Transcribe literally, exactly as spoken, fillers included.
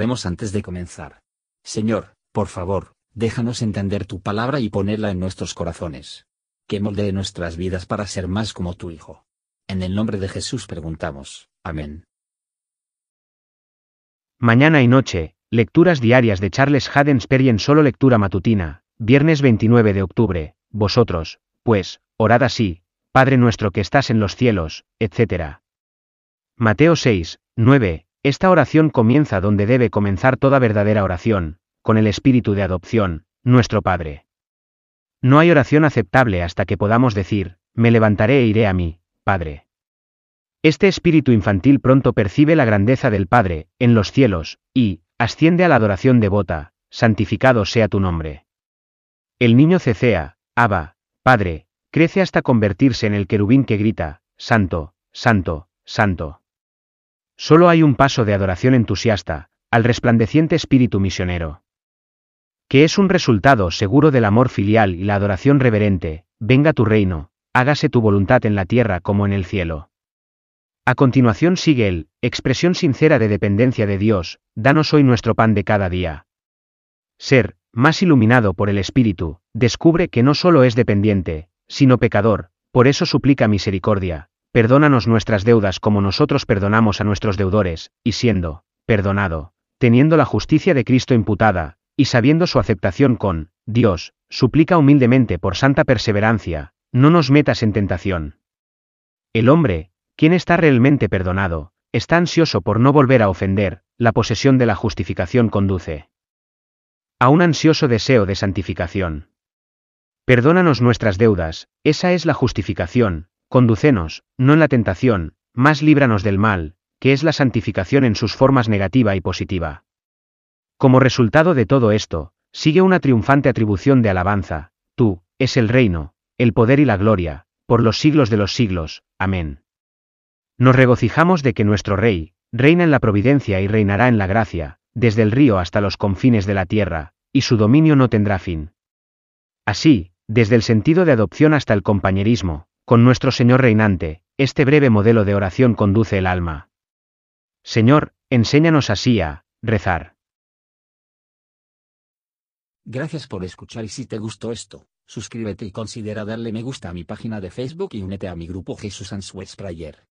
Oremos antes de comenzar. Señor, por favor, déjanos entender tu palabra y ponerla en nuestros corazones. Que moldee nuestras vidas para ser más como tu Hijo. En el nombre de Jesús preguntamos. Amén. Mañana y noche, lecturas diarias de Charles Haddon Spurgeon. Solo lectura matutina, viernes veintinueve de octubre. Vosotros, pues, orad así: Padre nuestro que estás en los cielos, etcétera. Mateo seis, nueve. Esta oración comienza donde debe comenzar toda verdadera oración, con el espíritu de adopción, nuestro Padre. No hay oración aceptable hasta que podamos decir: me levantaré e iré a mí, Padre. Este espíritu infantil pronto percibe la grandeza del Padre, en los cielos, y asciende a la adoración devota: santificado sea tu nombre. El niño cecea: Abba, Padre, crece hasta convertirse en el querubín que grita: Santo, Santo, Santo. Solo hay un paso de adoración entusiasta, al resplandeciente espíritu misionero, que es un resultado seguro del amor filial y la adoración reverente: venga tu reino, hágase tu voluntad en la tierra como en el cielo. A continuación sigue el, expresión sincera de dependencia de Dios: danos hoy nuestro pan de cada día. Ser, más iluminado por el Espíritu, descubre que no solo es dependiente, sino pecador, por eso suplica misericordia: perdónanos nuestras deudas como nosotros perdonamos a nuestros deudores, y siendo perdonado, teniendo la justicia de Cristo imputada, y sabiendo su aceptación con Dios, suplica humildemente por santa perseverancia: no nos metas en tentación. El hombre, quien está realmente perdonado, está ansioso por no volver a ofender. La posesión de la justificación conduce a un ansioso deseo de santificación. Perdónanos nuestras deudas, esa es la justificación. Condúcenos, no en la tentación, mas líbranos del mal, que es la santificación en sus formas negativa y positiva. Como resultado de todo esto, sigue una triunfante atribución de alabanza: tú, es el reino, el poder y la gloria, por los siglos de los siglos. Amén. Nos regocijamos de que nuestro Rey reina en la providencia y reinará en la gracia, desde el río hasta los confines de la tierra, y su dominio no tendrá fin. Así, desde el sentido de adopción hasta el compañerismo, con nuestro Señor reinante, este breve modelo de oración conduce el alma. Señor, enséñanos así a rezar. Gracias por escuchar, y si te gustó esto, suscríbete y considera darle me gusta a mi página de Facebook y únete a mi grupo Jesús Answers Prayer.